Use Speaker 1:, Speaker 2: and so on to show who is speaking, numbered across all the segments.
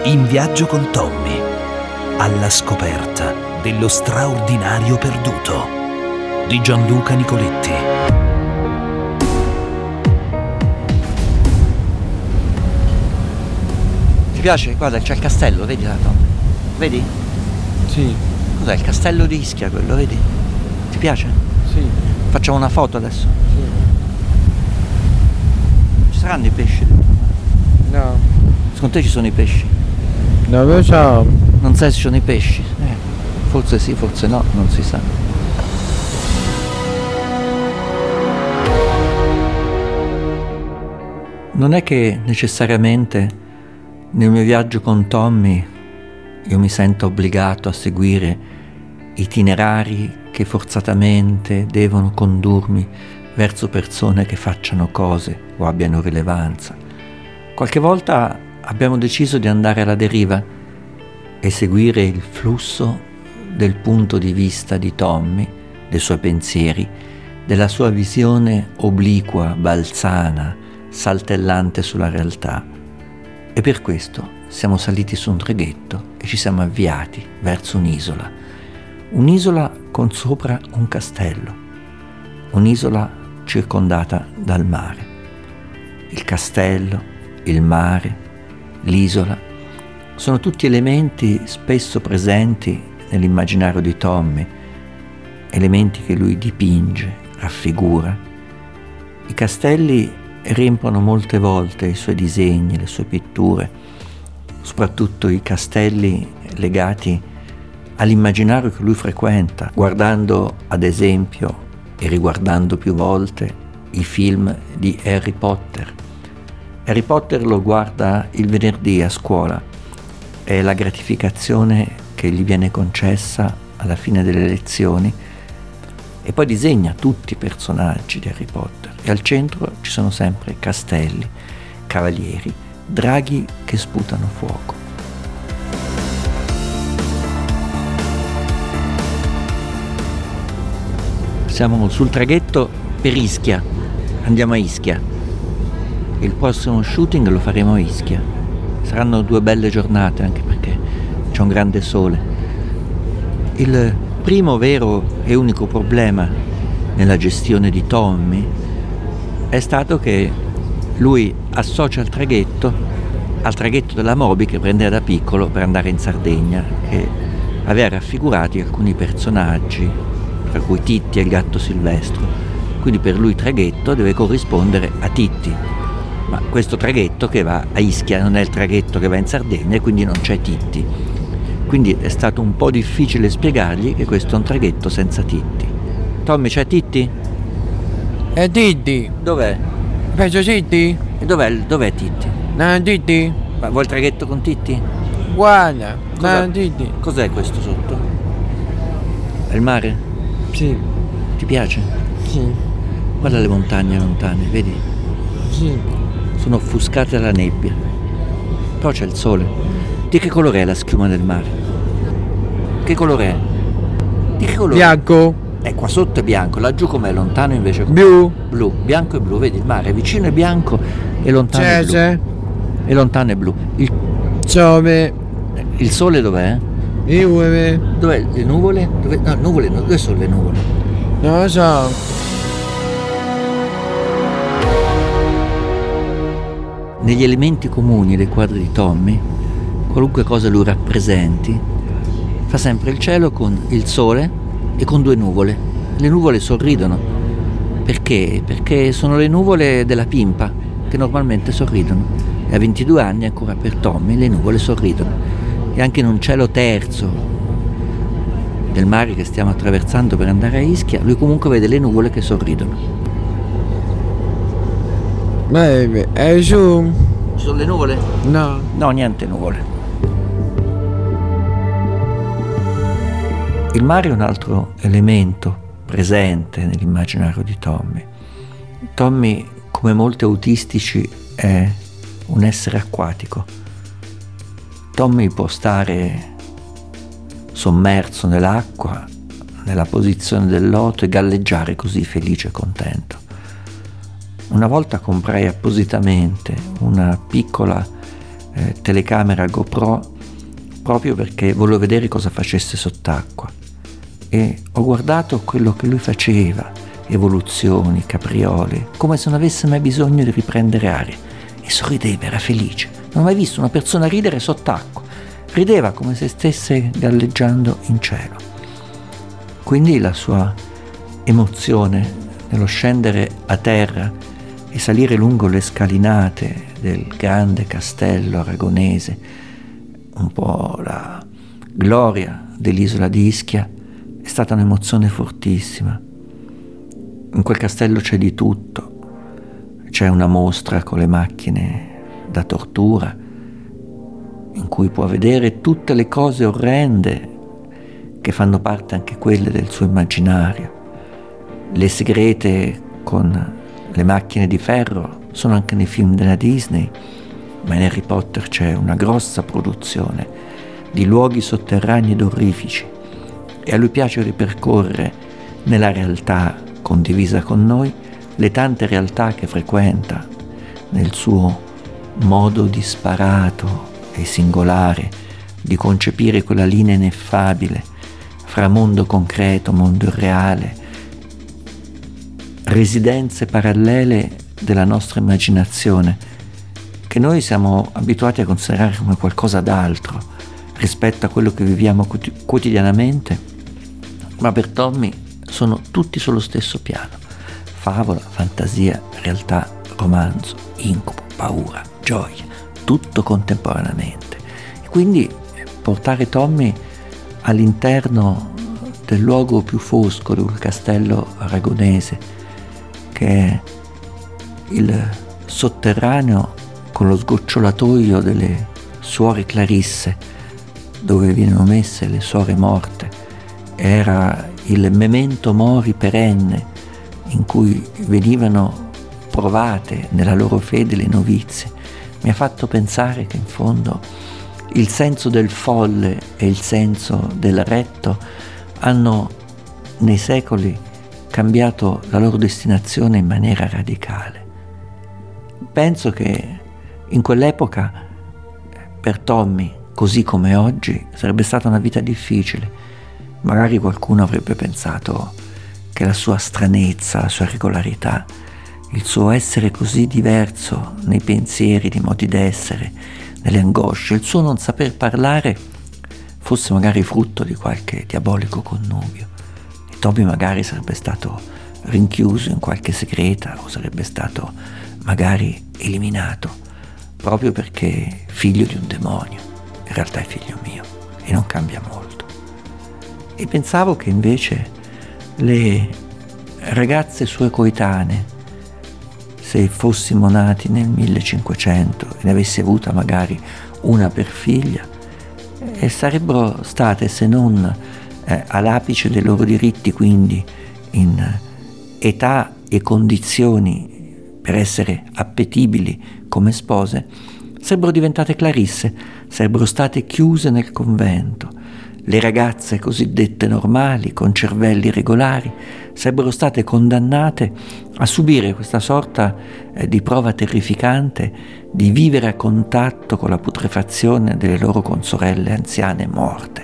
Speaker 1: In viaggio con Tommy, alla scoperta dello straordinario perduto di Gianluca Nicoletti.
Speaker 2: Ti piace? Guarda, c'è il castello, vedi là, Tommy? Vedi?
Speaker 3: Sì.
Speaker 2: Cos'è? Il castello di Ischia quello, vedi? Ti piace?
Speaker 3: Sì.
Speaker 2: Facciamo una foto adesso?
Speaker 3: Sì.
Speaker 2: Ci saranno i pesci?
Speaker 3: No.
Speaker 2: Secondo te ci sono i pesci?
Speaker 3: Non lo so.
Speaker 2: Non sai se ci sono i pesci? Forse sì, forse no, non si sa. Non è che necessariamente nel mio viaggio con Tommy io mi sento obbligato a seguire itinerari che forzatamente devono condurmi verso persone che facciano cose o abbiano rilevanza. Qualche volta abbiamo deciso di andare alla deriva e seguire il flusso del punto di vista di Tommy, dei suoi pensieri, della sua visione obliqua, balzana, saltellante sulla realtà. E per questo siamo saliti su un traghetto e ci siamo avviati verso un'isola con sopra un castello, un'isola circondata dal mare. Il castello, il mare, l'isola sono tutti elementi spesso presenti nell'immaginario di Tommy, elementi che lui dipinge, raffigura. I castelli riempiono molte volte i suoi disegni, le sue pitture, soprattutto i castelli legati all'immaginario che lui frequenta, guardando ad esempio e riguardando più volte i film di Harry Potter. Harry Potter lo guarda il venerdì a scuola, è la gratificazione che gli viene concessa alla fine delle lezioni, e poi disegna tutti i personaggi di Harry Potter e al centro ci sono sempre castelli, cavalieri, draghi che sputano fuoco. Siamo sul traghetto per Ischia, andiamo a Ischia. Il prossimo shooting lo faremo a Ischia. Saranno 2 belle giornate anche perché c'è un grande sole. Il primo vero e unico problema nella gestione di Tommy è stato che lui associa il traghetto al traghetto della Moby che prendeva da piccolo per andare in Sardegna, che aveva raffigurati alcuni personaggi, tra cui Titti e il gatto Silvestro. Quindi per lui traghetto deve corrispondere a Titti. Ma questo traghetto che va a Ischia non è il traghetto che va in Sardegna e quindi non c'è Titti. Quindi è stato un po' difficile spiegargli che questo è un traghetto senza Titti. Tommy, c'è Titti?
Speaker 3: È Titti.
Speaker 2: Dov'è?
Speaker 3: Penso Titti?
Speaker 2: E dov'è Titti?
Speaker 3: No, Titti?
Speaker 2: Ma vuoi il traghetto con Titti?
Speaker 3: Guarda, no, Titti.
Speaker 2: Cos'è questo sotto? È il mare?
Speaker 3: Sì.
Speaker 2: Ti piace?
Speaker 3: Sì.
Speaker 2: Guarda le montagne lontane, vedi?
Speaker 3: Sì.
Speaker 2: Sono offuscate dalla nebbia. Però c'è il sole. Di che colore è la schiuma del mare? Che colore è? Di che colore?
Speaker 3: Bianco.
Speaker 2: Qua sotto è bianco, laggiù com'è? Lontano invece com'è?
Speaker 3: Blu.
Speaker 2: Blu, bianco e blu, vedi il mare vicino è bianco e lontano è blu.
Speaker 3: C'è.
Speaker 2: E lontano è blu. Il sole dov'è?
Speaker 3: Nuvole.
Speaker 2: Dov'è le nuvole? Dove sono le nuvole?
Speaker 3: Non lo so.
Speaker 2: Negli elementi comuni dei quadri di Tommy, qualunque cosa lui rappresenti, fa sempre il cielo con il sole e con 2 nuvole. Le nuvole sorridono. Perché? Perché sono le nuvole della pimpa che normalmente sorridono. E a 22 anni ancora per Tommy le nuvole sorridono. E anche in un cielo terzo del mare che stiamo attraversando per andare a Ischia, lui comunque vede le nuvole che sorridono.
Speaker 3: Ma è su.
Speaker 2: Ci sono le nuvole?
Speaker 3: No.
Speaker 2: No, niente nuvole. Il mare è un altro elemento presente nell'immaginario di Tommy. Tommy, come molti autistici, è un essere acquatico. Tommy può stare sommerso nell'acqua, nella posizione del loto e galleggiare così felice e contento. Una volta comprai appositamente una piccola telecamera GoPro proprio perché volevo vedere cosa facesse sott'acqua, e ho guardato quello che lui faceva, evoluzioni, capriole, come se non avesse mai bisogno di riprendere aria, e sorrideva, era felice. Non ho mai visto una persona ridere sott'acqua, rideva come se stesse galleggiando in cielo. Quindi la sua emozione nello scendere a terra e salire lungo le scalinate del grande castello aragonese, un po' la gloria dell'isola di Ischia, è stata un'emozione fortissima. In quel castello c'è di tutto, c'è una mostra con le macchine da tortura, in cui può vedere tutte le cose orrende che fanno parte anche quelle del suo immaginario. Le segrete con le macchine di ferro sono anche nei film della Disney, ma in Harry Potter c'è una grossa produzione di luoghi sotterranei ed orrifici, e a lui piace ripercorrere nella realtà condivisa con noi le tante realtà che frequenta nel suo modo disparato e singolare di concepire quella linea ineffabile fra mondo concreto, mondo irreale, residenze parallele della nostra immaginazione, che noi siamo abituati a considerare come qualcosa d'altro rispetto a quello che viviamo quotidianamente, ma per Tommy sono tutti sullo stesso piano: favola, fantasia, realtà, romanzo, incubo, paura, gioia, tutto contemporaneamente. E quindi portare Tommy all'interno del luogo più fosco del castello aragonese, che è il sotterraneo con lo sgocciolatoio delle suore Clarisse, dove venivano messe le suore morte, era il memento mori perenne in cui venivano provate nella loro fede le novizie, mi ha fatto pensare che in fondo il senso del folle e il senso del retto hanno nei secoli cambiato la loro destinazione in maniera radicale. Penso che in quell'epoca per Tommy, così come oggi, sarebbe stata una vita difficile. Magari qualcuno avrebbe pensato che la sua stranezza, la sua regolarità, il suo essere così diverso nei pensieri, nei modi d'essere, nelle angosce, il suo non saper parlare fosse magari frutto di qualche diabolico connubio, e Tommy magari sarebbe stato rinchiuso in qualche segreta o sarebbe stato magari eliminato proprio perché figlio di un demonio. In realtà è figlio mio e non cambia molto. E pensavo che invece le ragazze sue coetanee, se fossimo nati nel 1500 e ne avessi avuta magari una per figlia, sarebbero state, se non all'apice dei loro diritti, quindi in età e condizioni per essere appetibili come spose, sarebbero diventate Clarisse, sarebbero state chiuse nel convento. Le ragazze cosiddette normali, con cervelli regolari, sarebbero state condannate a subire questa sorta di prova terrificante di vivere a contatto con la putrefazione delle loro consorelle anziane morte.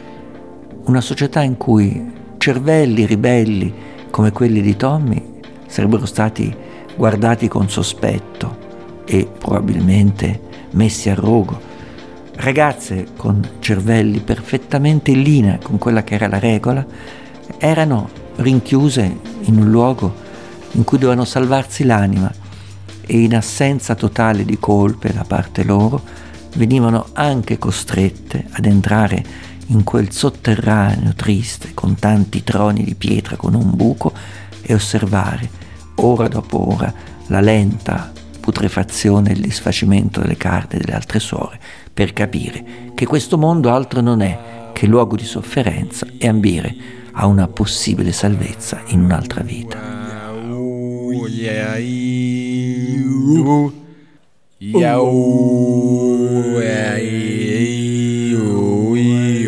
Speaker 2: Una società in cui cervelli ribelli come quelli di Tommy sarebbero stati guardati con sospetto e probabilmente messi a rogo. Ragazze con cervelli perfettamente in linea con quella che era la regola erano rinchiuse in un luogo in cui dovevano salvarsi l'anima, e in assenza totale di colpe da parte loro venivano anche costrette ad entrare in quel sotterraneo triste con tanti troni di pietra con un buco e osservare ora dopo ora la lenta putrefazione e il disfacimento delle carne delle altre suore, per capire che questo mondo altro non è che luogo di sofferenza e ambire a una possibile salvezza in un'altra vita.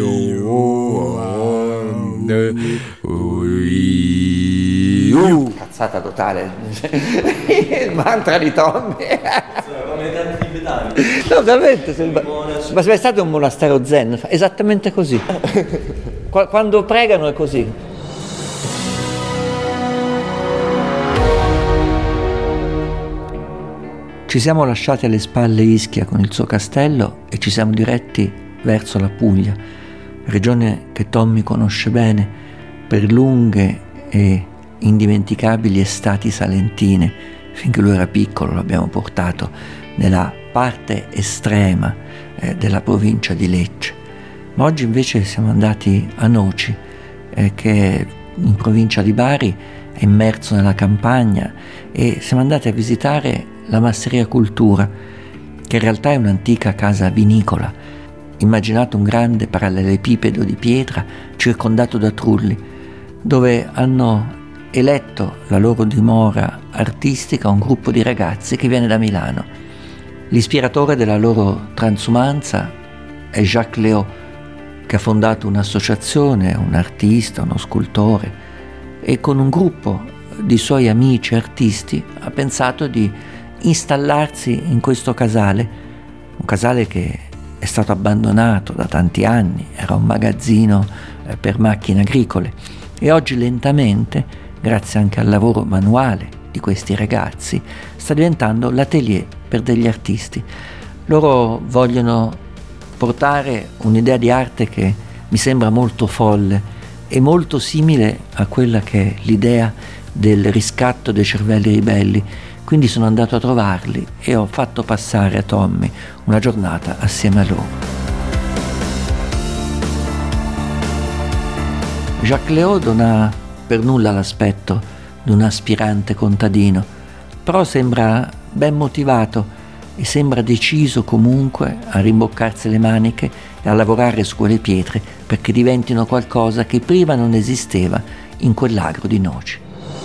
Speaker 3: Cazzo.
Speaker 2: cazzata totale. Il mantra di Tommy.
Speaker 4: Come tanti tibetani.
Speaker 2: No, veramente sembra. Ma è stato un monastero zen, esattamente così. Quando pregano è così. Ci siamo lasciati alle spalle Ischia con il suo castello e ci siamo diretti verso la Puglia, regione che Tommy conosce bene per lunghe e indimenticabili estati salentine. Finché lui era piccolo l'abbiamo portato nella parte estrema della provincia di Lecce. Ma oggi invece siamo andati a Noci, che in provincia di Bari è immerso nella campagna, e siamo andati a visitare la Masseria Cultura, che in realtà è un'antica casa vinicola. Immaginate un grande parallelepipedo di pietra circondato da trulli, dove hanno eletto la loro dimora artistica un gruppo di ragazzi che viene da Milano. L'ispiratore della loro transumanza è Jacques Léaud, che ha fondato un'associazione, un artista, uno scultore, e con un gruppo di suoi amici artisti ha pensato di installarsi in questo casale, un casale che è stato abbandonato da tanti anni, era un magazzino per macchine agricole, e oggi lentamente, grazie anche al lavoro manuale di questi ragazzi, sta diventando l'atelier per degli artisti. Loro vogliono portare un'idea di arte che mi sembra molto folle e molto simile a quella che è l'idea del riscatto dei cervelli ribelli. Quindi sono andato a trovarli e ho fatto passare a Tommy una giornata assieme a loro. Jacques Léaud non ha per nulla l'aspetto di un aspirante contadino, però sembra ben motivato e sembra deciso comunque a rimboccarsi le maniche e a lavorare su quelle pietre perché diventino qualcosa che prima non esisteva in quell'agro di Noci.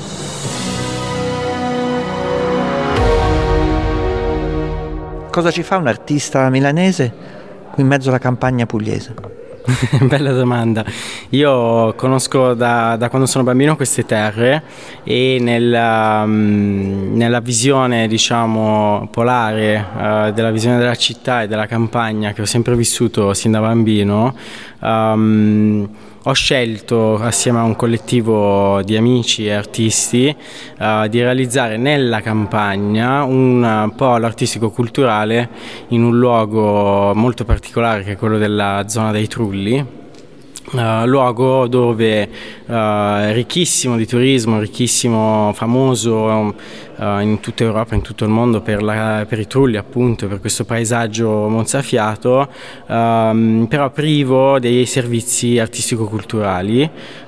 Speaker 2: Cosa ci fa un artista milanese qui in mezzo alla campagna pugliese?
Speaker 4: Bella domanda. Io conosco da quando sono bambino queste terre, e nella visione, diciamo, polare della visione della città e della campagna che ho sempre vissuto sin da bambino, ho scelto, assieme a un collettivo di amici e artisti, di realizzare nella campagna un polo artistico-culturale in un luogo molto particolare che è quello della zona dei Trulli, luogo dove ricchissimo di turismo, ricchissimo, famoso in tutta Europa, in tutto il mondo per i trulli, appunto, per questo paesaggio mozzafiato, però privo dei servizi artistico-culturali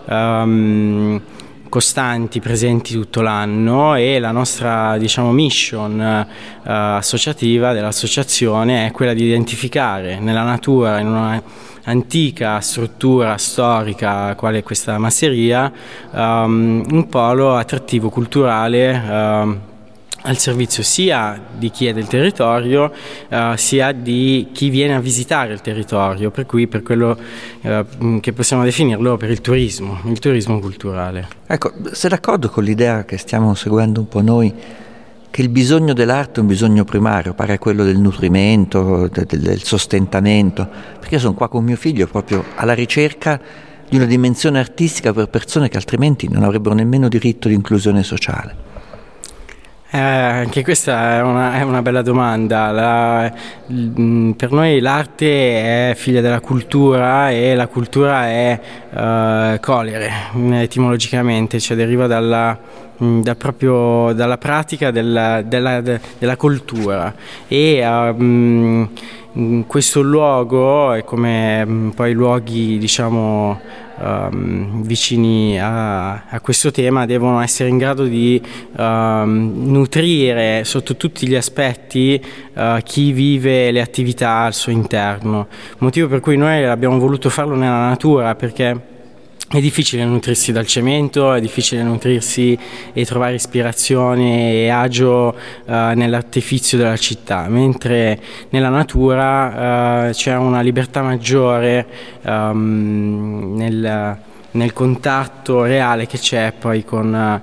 Speaker 4: costanti, presenti tutto l'anno. E la nostra, diciamo, mission associativa dell'associazione è quella di identificare nella natura, in una antica struttura storica quale è questa masseria, un polo attrattivo culturale al servizio sia di chi è del territorio, sia di chi viene a visitare il territorio, per cui per quello che possiamo definirlo per il turismo culturale. Ecco,
Speaker 2: sei d'accordo con l'idea che stiamo seguendo un po' noi, che il bisogno dell'arte è un bisogno primario, pare a quello del nutrimento, del sostentamento? Perché io sono qua con mio figlio proprio alla ricerca di una dimensione artistica per persone che altrimenti non avrebbero nemmeno diritto di inclusione sociale.
Speaker 4: Anche questa è una bella domanda. Per noi l'arte è figlia della cultura, e la cultura è colere etimologicamente, cioè deriva proprio dalla pratica della cultura. E questo luogo, e come poi luoghi, diciamo, vicini a questo tema, devono essere in grado di nutrire sotto tutti gli aspetti chi vive le attività al suo interno, motivo per cui noi abbiamo voluto farlo nella natura, perché è difficile nutrirsi dal cemento, è difficile nutrirsi e trovare ispirazione e agio nell'artifizio della città, mentre nella natura c'è una libertà maggiore nel nel contatto reale che c'è poi con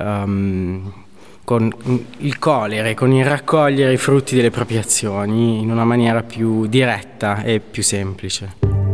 Speaker 4: il cogliere, con il raccogliere i frutti delle proprie azioni in una maniera più diretta e più semplice.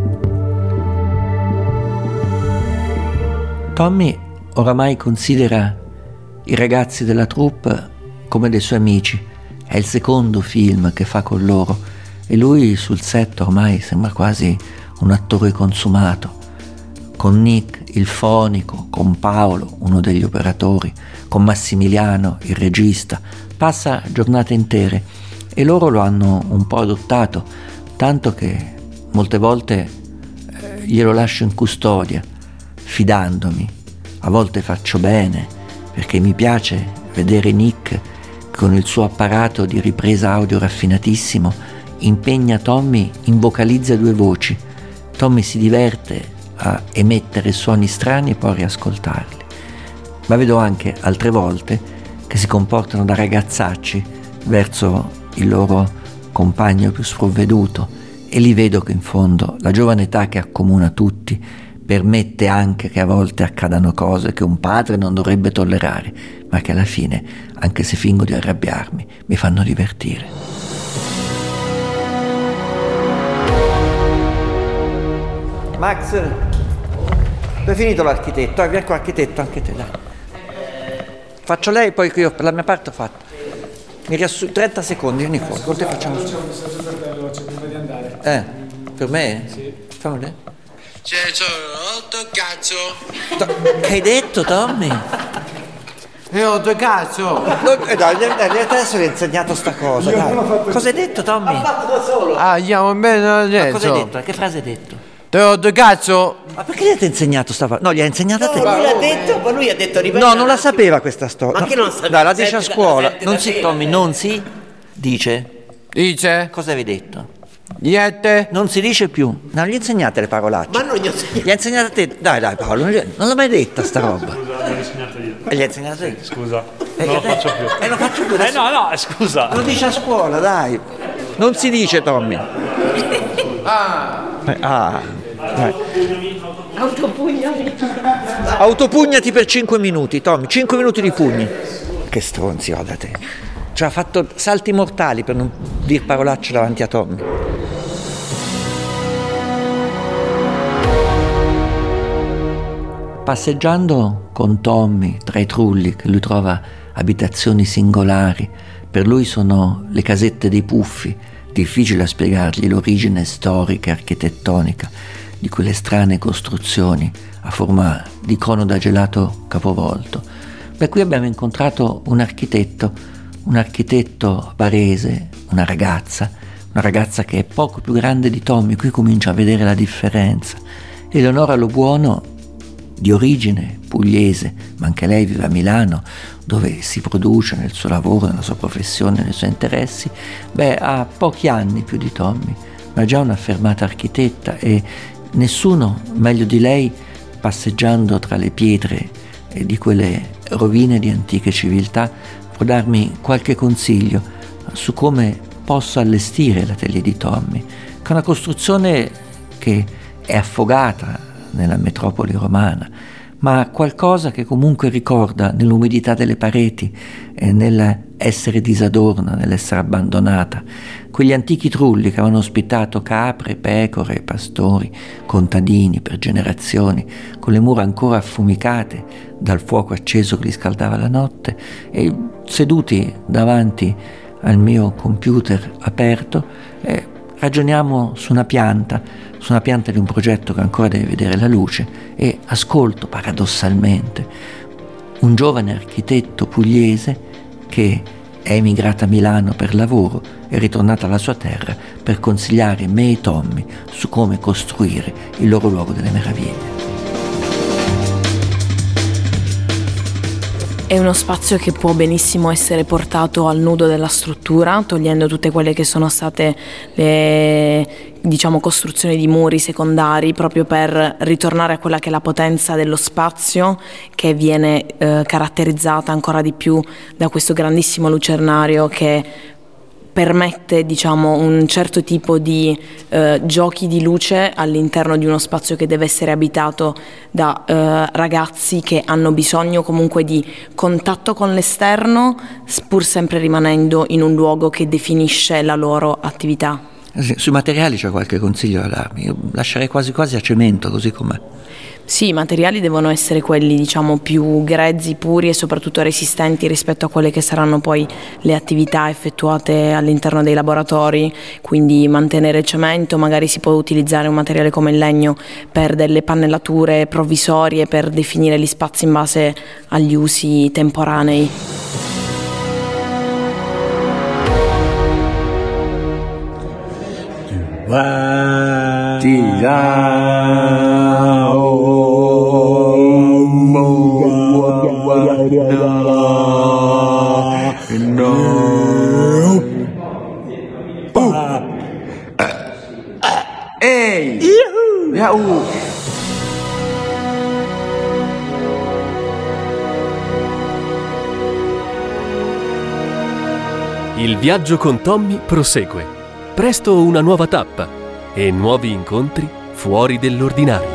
Speaker 2: Tommy oramai considera i ragazzi della troupe come dei suoi amici. È il secondo film che fa con loro e lui sul set ormai sembra quasi un attore consumato. Con Nick, il fonico, con Paolo, uno degli operatori, con Massimiliano, il regista, passa giornate intere e loro lo hanno un po' adottato, tanto che molte volte glielo lascio in custodia, fidandomi. A volte faccio bene, perché mi piace vedere Nick con il suo apparato di ripresa audio raffinatissimo, impegna Tommy in vocalizza 2 voci. Tommy si diverte a emettere suoni strani e poi riascoltarli. Ma vedo anche altre volte che si comportano da ragazzacci verso il loro compagno più sprovveduto e lì vedo che in fondo la giovane età che accomuna tutti permette anche che a volte accadano cose che un padre non dovrebbe tollerare, ma che alla fine, anche se fingo di arrabbiarmi, mi fanno divertire. Max, tu hai finito l'architetto? Vieni qua, architetto, anche te, dai. Faccio lei, poi io per la mia parte ho fatto. Mi riassumo 30 secondi, vieni fuori, con te facciamo.
Speaker 5: Prima di andare.
Speaker 2: Per me?
Speaker 5: Sì.
Speaker 2: Fammi vedere.
Speaker 6: C'è solo 8 cazzo.
Speaker 2: Che hai detto, Tommy?
Speaker 3: Io ho 2 cazzo.
Speaker 2: Dai, adesso gli hai insegnato sta cosa. Dai. Cosa hai detto, Tommy?
Speaker 3: Ah, andiamo bene.
Speaker 2: Ma cosa hai detto? Che frase hai detto?
Speaker 3: Te ho 2 cazzo.
Speaker 2: Ma perché gli hai insegnato sta frase? No, gli hai insegnato a te.
Speaker 7: Lui l'ha detto, poi lui ha detto ripeti.
Speaker 2: No, non la sapeva questa storia.
Speaker 7: Ma che non sapeva?
Speaker 2: Dai, la dice a scuola.
Speaker 7: Senti,
Speaker 2: Non si, Tommy, non si dice.
Speaker 3: Dice?
Speaker 2: Cosa avevi detto?
Speaker 3: Niente.
Speaker 2: Non si dice più. Non gli insegnate le parolacce.
Speaker 7: Ma non gli ho insegnato.
Speaker 2: Gli hai insegnato a te. Dai, Paolo, non l'ho mai detta sta roba.
Speaker 5: Scusa, l'ho insegnato io.
Speaker 2: E gli hai insegnato a te?
Speaker 5: Scusa, non lo faccio più.
Speaker 2: E lo faccio più adesso.
Speaker 5: No, scusa.
Speaker 2: Lo dice a scuola, dai. Non si dice, Tommy. Dai. Autopugnati per 5 minuti, Tommy. 5 minuti di pugni. Che stronzi ho da te. Cioè ha fatto salti mortali per non dir parolacce davanti a Tommy. Passeggiando con Tommy tra i trulli, che lui trova abitazioni singolari, per lui sono le casette dei puffi, difficile a spiegargli l'origine storica e architettonica di quelle strane costruzioni a forma di cono da gelato capovolto. Beh, qui abbiamo incontrato un architetto barese, una ragazza che è poco più grande di Tommy. Qui comincia a vedere la differenza. Eleonora Lobuono, di origine pugliese, ma anche lei vive a Milano, dove si produce nel suo lavoro, nella sua professione, nei suoi interessi, ha pochi anni più di Tommy, ma già un'affermata architetta e nessuno meglio di lei, passeggiando tra le pietre di quelle rovine di antiche civiltà, può darmi qualche consiglio su come posso allestire l'atelier di Tommy, che è una costruzione che è affogata nella metropoli romana, ma qualcosa che comunque ricorda nell'umidità delle pareti e nell'essere disadorna, nell'essere abbandonata, quegli antichi trulli che avevano ospitato capre, pecore, pastori, contadini per generazioni, con le mura ancora affumicate dal fuoco acceso che li scaldava la notte, e seduti davanti al mio computer aperto ragioniamo su una pianta di un progetto che ancora deve vedere la luce, e ascolto paradossalmente un giovane architetto pugliese che è emigrato a Milano per lavoro e è ritornato alla sua terra per consigliare me e Tommy su come costruire il loro luogo delle meraviglie.
Speaker 8: È uno spazio che può benissimo essere portato al nudo della struttura, togliendo tutte quelle che sono state le, costruzioni di muri secondari, proprio per ritornare a quella che è la potenza dello spazio, che viene caratterizzata ancora di più da questo grandissimo lucernario che permette, diciamo, un certo tipo di giochi di luce all'interno di uno spazio che deve essere abitato da ragazzi che hanno bisogno comunque di contatto con l'esterno, pur sempre rimanendo in un luogo che definisce la loro attività.
Speaker 2: Sui materiali c'è qualche consiglio da darmi? Io lascerei quasi quasi a cemento, così com'è.
Speaker 8: Sì, i materiali devono essere quelli, diciamo, più grezzi, puri e soprattutto resistenti rispetto a quelle che saranno poi le attività effettuate all'interno dei laboratori, quindi mantenere il cemento, magari si può utilizzare un materiale come il legno per delle pannellature provvisorie per definire gli spazi in base agli usi temporanei.
Speaker 6: Il viaggio con Tommy prosegue. Presto una nuova tappa e nuovi incontri fuori dell'ordinario.